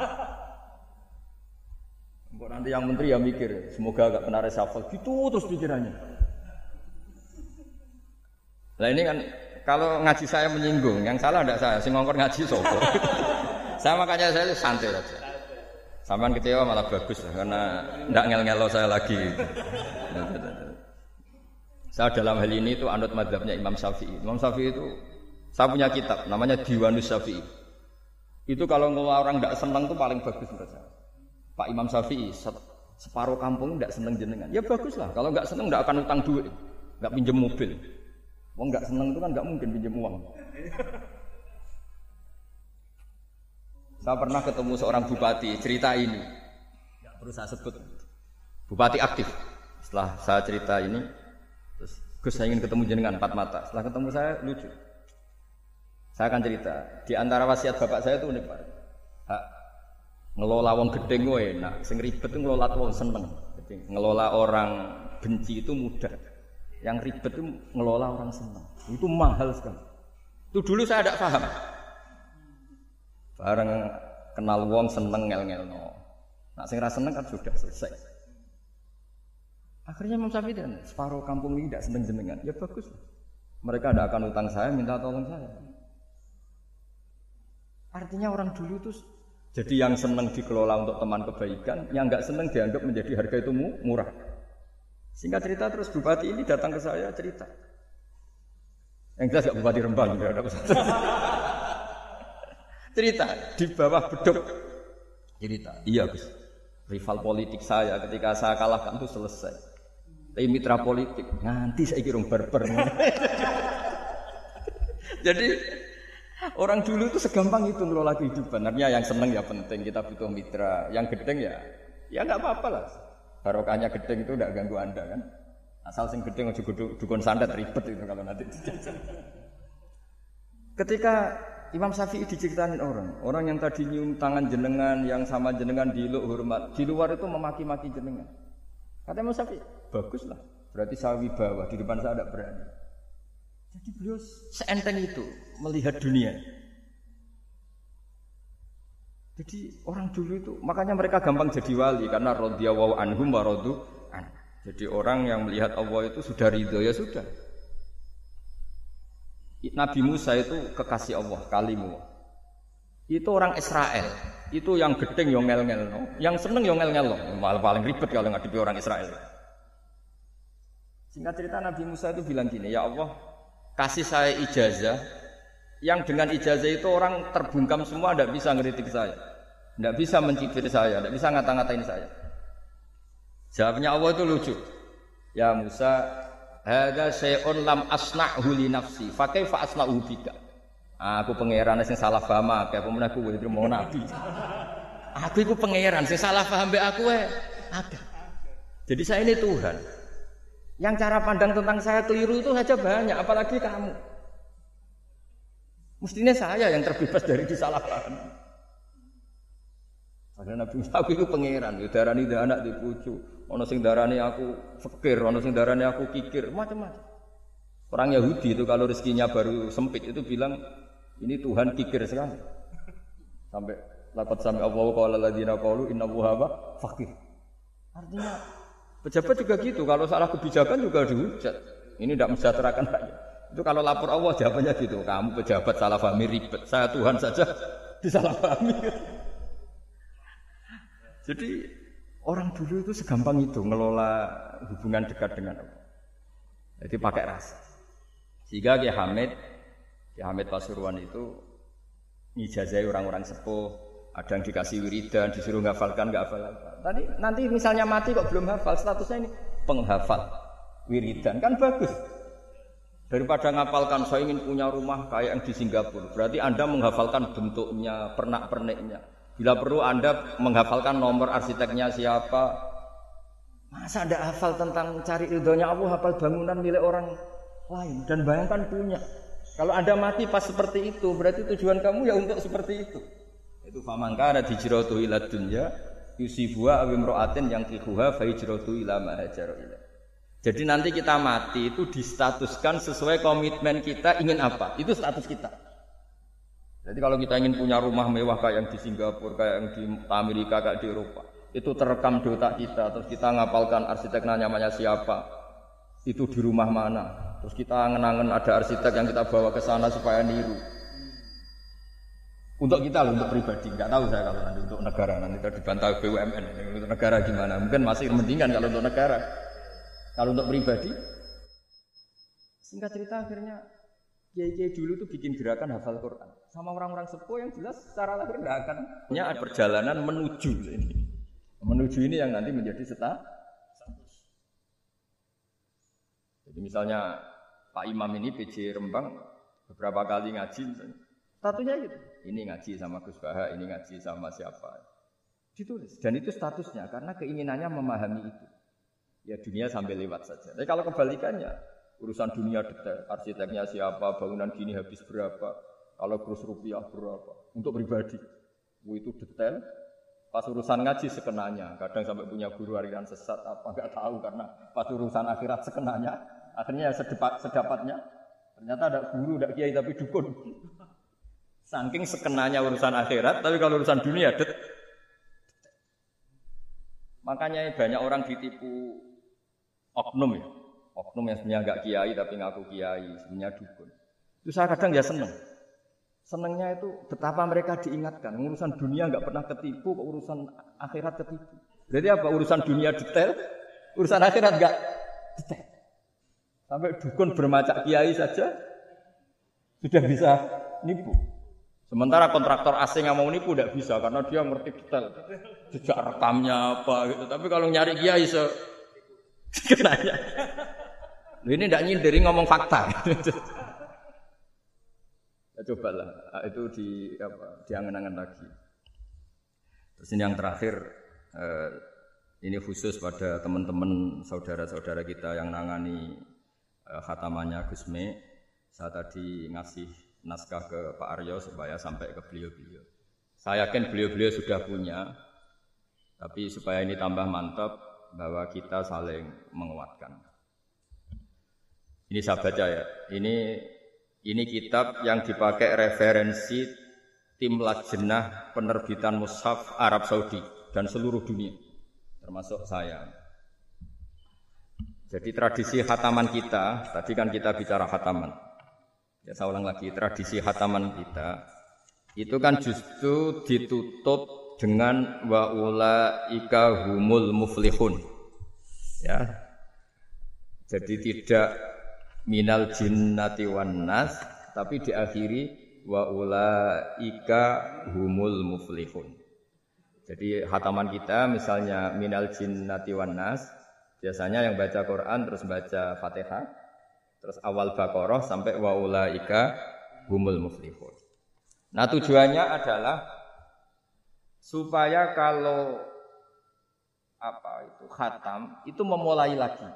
Nanti yang menteri ya mikir, semoga gak kena reshuffle, gitu terus pikirannya. Nah ini kan, kalau ngaji saya menyinggung, yang salah tidak saya, sing ngongkor ngaji sopo. Saya makanya saya santai saja. Sampean kecewa malah bagus lah, karena tidak ngel-ngelo saya lagi. Saya dalam hal ini itu anut mazhabnya Imam Syafi'i. Imam Syafi'i itu, saya punya kitab, namanya Diwanus Syafi'i. Itu kalau orang tidak senang itu paling bagus menurut saya. Pak Imam Syafi'i, separuh kampung tidak senang jenengan. Ya bagus lah, kalau nggak senang tidak akan utang duit, nggak pinjam mobil. Wong nggak senang itu kan nggak mungkin pinjam uang. Saya pernah ketemu seorang bupati, cerita ini, nggak perlu saya sebut. Bupati aktif. Setelah saya cerita ini, terus Gus saya ingin ketemu jenengan 4 mata. Setelah ketemu saya lucu. Saya akan cerita. Di antara wasiat bapak saya itu unik Pak. Ngelola wong gedeng gue enak, sing ribet itu ngelola wong seneng. Jadi ngelola orang benci itu mudah. Yang ribet itu ngelola orang seneng. Itu mahal sekali. Itu dulu saya tidak paham. Bareng kenal wong seneng ngel-ngelno. Nak sing ra seneng kan sudah selesai. Akhirnya Imam Syafi'i dan separuh kampung ini tidak seneng jenengan. Ya bagus. Mereka tidak akan utang saya, minta tolong saya. Artinya orang dulu itu jadi yang seneng dikelola untuk teman kebaikan, yang enggak seneng dianggap menjadi harga itu murah. Singkat cerita terus bupati ini datang ke saya cerita. Yang jelas gak bupati Rembang, enggak ada usah. Cerita di bawah beduk. Cerita. Iya, Gus. Rival politik saya ketika saya kalahkan itu selesai. Tapi mitra politik nganti saya kira barbar. Jadi orang dulu itu segampang itu ngelola kehidupan. Artinya yang seneng ya penting, kita butuh mitra. Yang gedeng ya enggak apa-apa lah. Barokahnya gedeng itu enggak ganggu Anda kan. Asal sing gedeng aja dukun santet ribet itu kalau nanti dijajah. Ketika Imam Syafi'i diceritain orang yang tadi nyium tangan jenengan, yang sama jenengan diluk hormat, di luar itu memaki-maki jenengan. Kata Imam Syafi'i, baguslah. Berarti saya wibawa, di depan saya tidak berani. Jadi beliau seenteng itu melihat dunia. Jadi orang dulu itu, makanya mereka gampang jadi wali karena radhiyallahu anhum wa radu an. Jadi orang yang melihat Allah itu sudah ridho ya sudah. Nabi Musa itu kekasih Allah, kalimu. Itu orang Israel. Itu yang gedeng yang ngel-ngel, yang seneng yang ngel-ngel. Malah paling ribet kalau ngadepi orang Israel. Singkat cerita Nabi Musa itu bilang gini, ya Allah, kasih saya ijazah. Yang dengan ijazah itu orang terbungkam semua, tidak bisa ngeritik saya, tidak bisa mencibir saya, tidak bisa ngata-ngatain saya. Jawabnya Allah itu lucu. Ya Musa, hadza syai'un lam asna'hu li nafsi, fa kaifa asna'u bika. Aku pangeran sing salah paham akeh, pemen aku kuwi mau nabi. Aku iku pangeran sing salah paham mbek aku wae. Ada. Jadi saya ini Tuhan. Yang cara pandang tentang saya keliru itu saja banyak, apalagi kamu. Mestinya saya yang terbebas dari disalahpahami. Karena Nabi Musa itu pangeran, darani anak dipucu, ono sing darani aku fakir, ono sing darani aku kikir, macam-macam. Orang Yahudi itu kalau rezekinya baru sempit itu bilang ini Tuhan kikir sekali. Sampai laqad sami Allahu qala alladziina qalu innallaha fakir. Artinya pejabat juga gitu, kalau salah kebijakan juga dihujat. Ini tidak mensejahterakan rakyat. Itu kalau lapor Allah jawabannya gitu, kamu pejabat salah pahami ribet, saya Tuhan saja disalahpahami. Jadi orang dulu itu segampang itu ngelola hubungan dekat dengan Allah. Jadi pakai rasa. Sehingga Ki Hamid Pasuruan itu ngijazai orang-orang sepuh, ada yang dikasih wiridan, disuruh ngafalkan enggak hafal. Tadi nanti misalnya mati kok belum hafal, statusnya ini penghafal wiridan kan bagus. Daripada ngapalkan saya ingin punya rumah kayak yang di Singapura, berarti Anda menghafalkan bentuknya, pernak-perniknya. Bila perlu Anda menghafalkan nomor arsiteknya siapa. Masa Anda hafal tentang cari ridhonya Allah, hafal bangunan milik orang lain dan bayangkan punya. Kalau Anda mati pas seperti itu, berarti tujuan kamu ya untuk seperti itu. Itu famangkana hijratuhu ila dunya yusibuha aw imra'atin yang kihuha fa hijratuhu ila ma hajara ila. Jadi nanti kita mati itu distatuskan sesuai komitmen kita ingin apa. Itu status kita. Jadi kalau kita ingin punya rumah mewah kayak yang di Singapura, kayak yang di Amerika, kayak di Eropa, itu terekam di otak kita. Terus kita ngapalkan arsiteknya namanya siapa, itu di rumah mana. Terus kita ngenangan ada arsitek yang kita bawa ke sana supaya niru. Untuk kita loh, untuk pribadi. Nggak tahu saya kalau nanti untuk negara, nanti kita dibantah BUMN. Untuk negara gimana? Mungkin masih mendingan kalau untuk negara. Kalau untuk pribadi, singkat cerita akhirnya kiai-kiai dulu tuh bikin gerakan hafal Quran sama orang-orang sepuh yang jelas secara lahir tidak akan punya perjalanan menuju ini. Menuju ini yang nanti menjadi status. Jadi misalnya Pak Imam ini PJ Rembang beberapa kali ngaji misalnya. Statusnya gitu. Ini ngaji sama Gus Baha, ini ngaji sama siapa. Ditulis. Dan itu statusnya karena keinginannya memahami itu. Ya dunia sambil lewat saja. Tapi kalau kebalikannya, urusan dunia detail, arsiteknya siapa, bangunan gini habis berapa, kalau kurus rupiah berapa, untuk pribadi, itu detail. Pas urusan ngaji sekenanya, kadang sampai punya guru aliran sesat apa nggak tahu karena pas urusan akhirat sekenanya, akhirnya sedapatnya. Ternyata ada guru, ada kiai tapi dukun. Saking sekenanya urusan akhirat, tapi kalau urusan dunia detail. Makanya banyak orang ditipu oknum ya. Oknum yang sebenarnya enggak kiai tapi ngaku kiai, sebenarnya dukun. Itu saya kadang ya seneng. Senengnya itu betapa mereka diingatkan. Urusan dunia enggak pernah ketipu, urusan akhirat ketipu. Jadi apa? Urusan dunia detail, urusan akhirat enggak detail. Sampai dukun bermacak kiai saja sudah bisa nipu. Sementara kontraktor asing yang mau nipu tidak bisa karena dia ngerti detail. Jejak rekamnya apa gitu. Tapi kalau nyari kiai kenanya. Ini tidak nyindiri ngomong fakta. Ya, cobalah itu diangen-angen lagi. Terus ini yang terakhir ini khusus pada teman-teman saudara-saudara kita yang nangani khatamannya Gusme. Saya tadi ngasih naskah ke Pak Aryo supaya sampai ke beliau-beliau. Saya yakin beliau-beliau sudah punya, tapi supaya ini tambah mantap bahwa kita saling menguatkan. Ini saya baca ya. Ini kitab yang dipakai referensi tim lajnah penerbitan mushaf Arab Saudi dan seluruh dunia, termasuk saya. Jadi tradisi khataman kita, tadi kan kita bicara khataman. Ya saya ulang lagi, tradisi khataman kita itu kan justru ditutup dengan wa ulaika humul muflihun. Ya. Jadi tidak minal jinnati wan nas tapi diakhiri wa ulaika humul muflihun. Jadi khataman kita misalnya minal jinnati wan nas, biasanya yang baca Quran terus baca Fatihah, terus awal Baqarah sampai wa ulaika humul muflihun. Nah, tujuannya adalah supaya kalau khatam itu memulai lagi.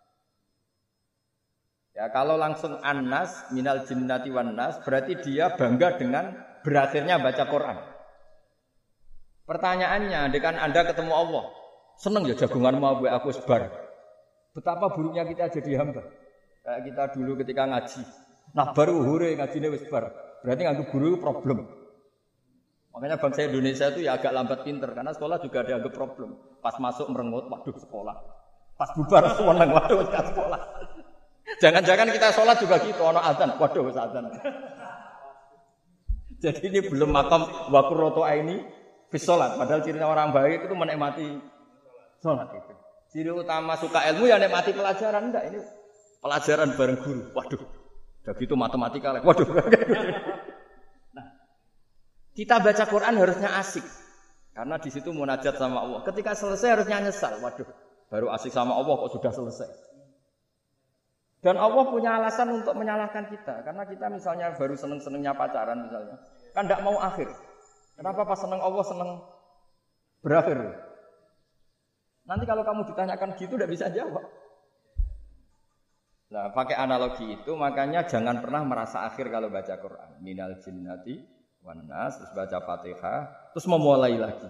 Ya kalau langsung An-Nas minal jinnati wan nas berarti dia bangga dengan berakhirnya baca Quran. Pertanyaannya, dengan Anda ketemu Allah, seneng ya jagunganmu aku sebar. Betapa buruknya kita jadi hamba. Kayak kita dulu ketika ngaji. Nah baru hure ngajine wis bar. Berarti nganggo guru problem. Makanya bangsa Indonesia itu ya agak lambat pinter karena sekolah juga ada agak problem. Pas masuk merengut, waduh sekolah. Pas bubar seneng, waduh enggak sekolah. Jangan-jangan kita sholat juga gitu, ono azan, waduh wis azan. Jadi ini belum makam wakuroto ini bis sholat. Padahal cirinya orang baik itu menikmati sholat itu. Ciri utama suka ilmu ya nikmati pelajaran, enggak ini pelajaran bareng guru. Waduh, udah gitu matematika lagi. Waduh. Nah, kita baca Quran harusnya asik. Karena di situ munajat sama Allah. Ketika selesai harusnya nyesal. Waduh, baru asik sama Allah kok sudah selesai. Dan Allah punya alasan untuk menyalahkan kita. Karena kita misalnya baru seneng-senengnya pacaran misalnya. Kan tidak mau akhir. Kenapa pas seneng Allah seneng berakhir? Nanti kalau kamu ditanyakan gitu tidak bisa jawab. Nah, pakai analogi itu makanya jangan pernah merasa akhir kalau baca Quran. Minal jinnati wan nas, terus baca Fatihah, terus memulai lagi.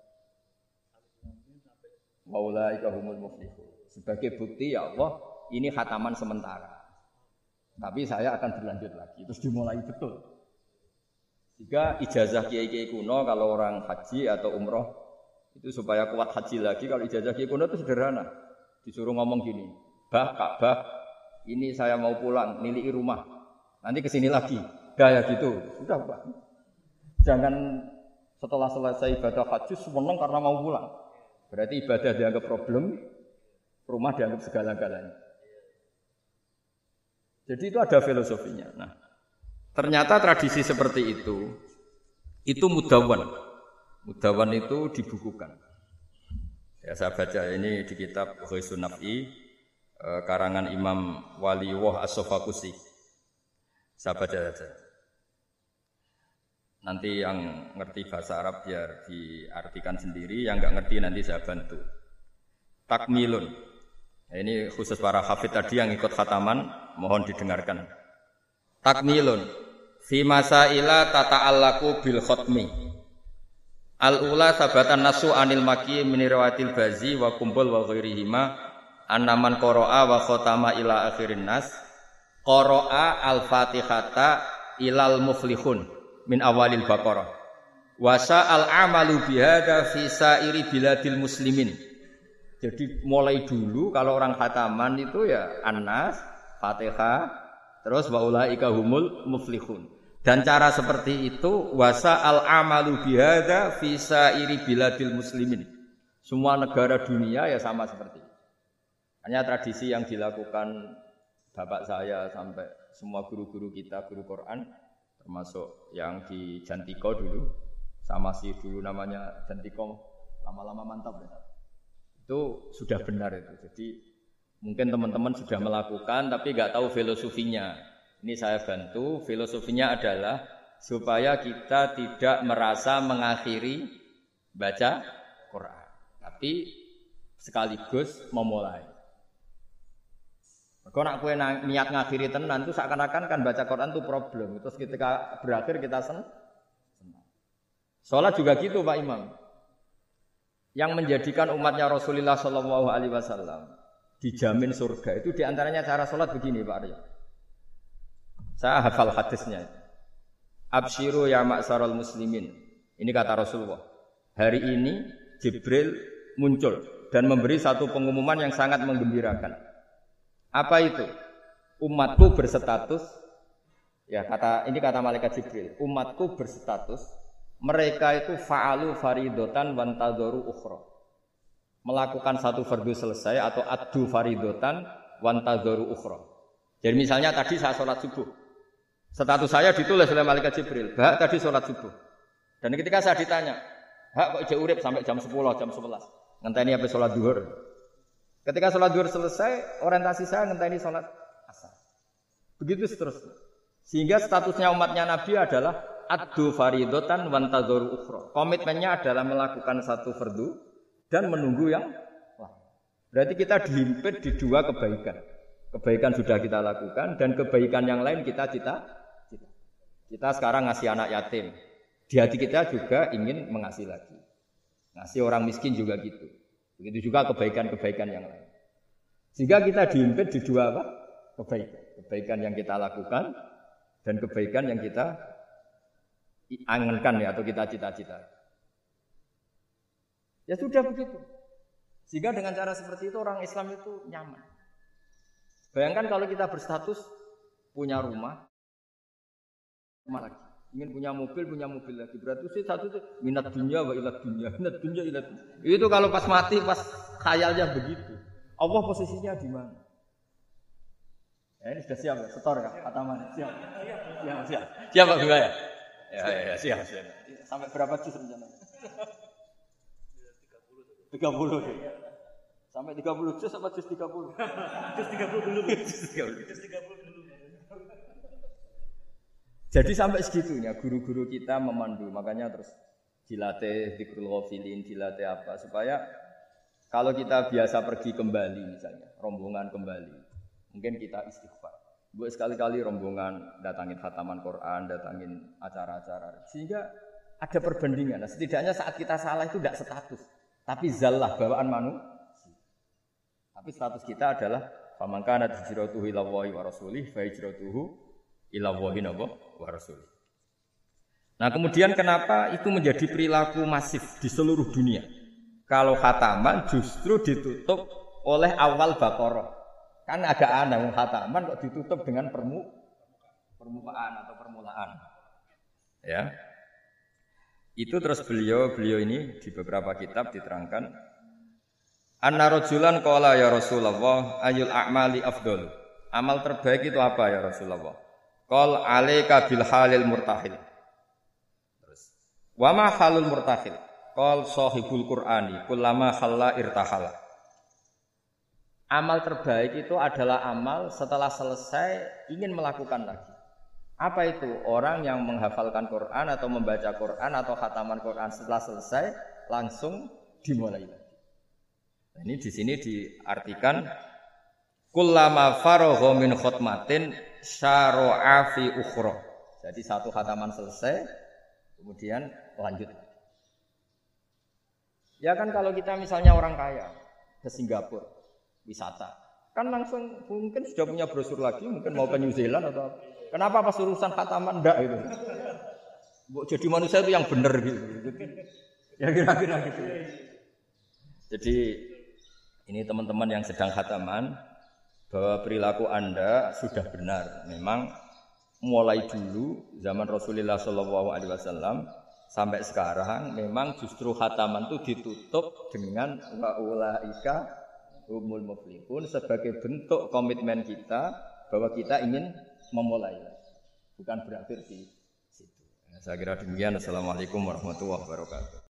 Maulaika humul muflihun. Sebagai bukti ya Allah, ini khataman sementara. Tapi saya akan berlanjut lagi. Terus dimulai betul. Jika ijazah kiai-kiai kuno kalau orang haji atau umroh itu supaya kuat haji lagi, kalau ijazah kiai kuno itu sederhana. Disuruh ngomong gini, "Bah, Ka'bah, ini saya mau pulang, nilai rumah. Nanti kesini lagi." Gaya gitu. Sudah, Pak. Jangan setelah selesai ibadah haji seneng karena mau pulang. Berarti ibadah dianggap problem, rumah dianggap segala-galanya. Jadi itu ada filosofinya. Nah, ternyata tradisi seperti itu mudawwan. Mudawwan itu dibukukan. Ya, saya baca ini di kitab Ghaithun Naf'i karangan Imam Waliullah As-Sofakusi. Saya baca saja. Nanti yang ngerti bahasa Arab biar diartikan sendiri, yang enggak ngerti nanti saya bantu. Takmilun. Nah, ini khusus para hafid tadi yang ikut khataman, mohon didengarkan. Takmilun. Fi masaila tata'allaku bil khatmi. Al-ula sabatan nasu anil maki min riwayatil bazi wa kumbul wa ghairihima annaman qara'a wa khatama ila akhirin nas qara'a al-fatihata ilal muflihun min awalil baqarah wa sa'al amalu bihada fi sa'iri biladil muslimin. Jadi mulai dulu kalau orang khataman itu ya An-Nas, Fatihah, terus wa ulaika humul muflihun. Dan cara seperti itu wasa al-amalu bihada fi sa'iri biladil muslimin. Semua negara dunia ya sama seperti itu. Hanya tradisi yang dilakukan bapak saya sampai semua guru-guru kita, guru Quran, termasuk yang di Jantiko dulu, sama si dulu namanya Jantiko, lama-lama mantap ya. Itu sudah benar itu. Jadi mungkin teman-teman sudah melakukan tapi nggak tahu filosofinya. Ini saya bantu, filosofinya adalah supaya kita tidak merasa mengakhiri baca Quran, tapi sekaligus memulai. Kalau nak kue niat ngakhiri tenan itu seakan-akan kan baca Quran itu problem. Terus ketika berakhir kita senang. Sholat juga gitu Pak Imam. Yang menjadikan umatnya Rasulullah SAW dijamin surga itu diantaranya cara sholat begini Pak Arya. Saya hafal hadisnya. Absyiru ya ma'syaral muslimin. Ini kata Rasulullah. Hari ini Jibril muncul dan memberi satu pengumuman yang sangat menggembirakan. Apa itu? Umatku berstatus ya ini kata malaikat Jibril. Umatku berstatus mereka itu fa'alu faridotan wantadharu ukhra. Melakukan satu fardu selesai atau addu faridotan wantadharu ukhra. Jadi misalnya tadi saya sholat subuh. Status saya ditulis oleh malaikat Jibril. Hak tadi sholat subuh. Dan ketika saya ditanya, hak kok ijek urip sampai jam 10, jam 11. Ngenteni apa sholat duhur. Ketika sholat duhur selesai, orientasi saya ngenteni sholat asar. Begitu seterusnya. Sehingga statusnya umatnya Nabi adalah addu faridotan wantadharu ukhra. Komitmennya adalah melakukan satu fardu dan menunggu yang Berarti kita dihimpit di dua kebaikan. Kebaikan sudah kita lakukan dan kebaikan yang lain kita sekarang ngasih anak yatim. Di hati kita juga ingin mengasih lagi. Ngasih orang miskin juga gitu. Begitu juga kebaikan-kebaikan yang lain. Sehingga kita dihimpit di dua apa? Kebaikan. Kebaikan yang kita lakukan dan kebaikan yang kita angankan ya, atau kita cita-cita. Ya sudah begitu. Sehingga dengan cara seperti itu orang Islam itu nyaman. Bayangkan kalau kita berstatus punya rumah lagi, ingin punya mobil lagi. Berarti satu itu minat dunia wa ilat dunia, minat dunia ilat. Itu kalau pas mati, pas khayalnya begitu. Allah posisinya di mana? Ya, ini sudah siap ya, setor ya, kata mana? Siap. Siap Pak Bima ya? Ya, siap. Sampai berapa juz rencana? 30 ya. Sampai 30 juz apa juz 30? Juz 30 dulu. Juz 30 dulu. Jadi sampai segitunya guru-guru kita memandu, makanya terus dilatih dzikrul ghafilin, dilatih apa supaya kalau kita biasa pergi kembali misalnya, rombongan kembali, mungkin kita istighfar. Buat sekali-kali rombongan datangin khataman Quran, datangin acara-acara, sehingga ada perbandingan. Nah, setidaknya saat kita salah itu tidak status, tapi zallah bawaan manusia. Tapi status kita adalah faman kana hijratuhu ila Allahi wa rasulih fa hijratuhu ila Allahi wa rasulih. Nah, kemudian kenapa itu menjadi perilaku masif di seluruh dunia? Kalau khataman justru ditutup oleh awal Baqarah. Kan agak aneh khataman kok ditutup dengan permukaan atau permulaan. Ya. Itu terus beliau ini di beberapa kitab diterangkan anna rajulan qala ya Rasulullah ayul a'mali afdal. Amal terbaik itu apa ya Rasulullah? Qal alaika bil halil murtahil. Terus wa ma halul murtahil? Qal sahibul Qur'ani kullama khalla irtahala. Amal terbaik itu adalah amal setelah selesai ingin melakukan lagi. Apa itu? Orang yang menghafalkan Quran atau membaca Quran atau khataman Quran setelah selesai langsung dimulai lagi. Nah, ini di sini diartikan kullama faragha min khutmatin syara'a fi ukhra. Jadi satu khataman selesai kemudian lanjut. Ya kan kalau kita misalnya orang kaya ke Singapura wisata, kan langsung mungkin sudah punya brosur lagi, mungkin mau ke New Zealand atau apa. Kenapa pas urusan khataman ndak itu? Jadi manusia itu yang benar gitu. Ya kira-kira gitu. Jadi ini teman-teman yang sedang khataman, bahwa perilaku Anda sudah benar. Memang mulai dulu zaman Rasulullah SAW sampai sekarang memang justru khataman itu ditutup dengan wa ulaika humul muflihun sebagai bentuk komitmen kita bahwa kita ingin memulai, bukan berakhir di situ. Saya kira demikian. Assalamualaikum warahmatullahi wabarakatuh.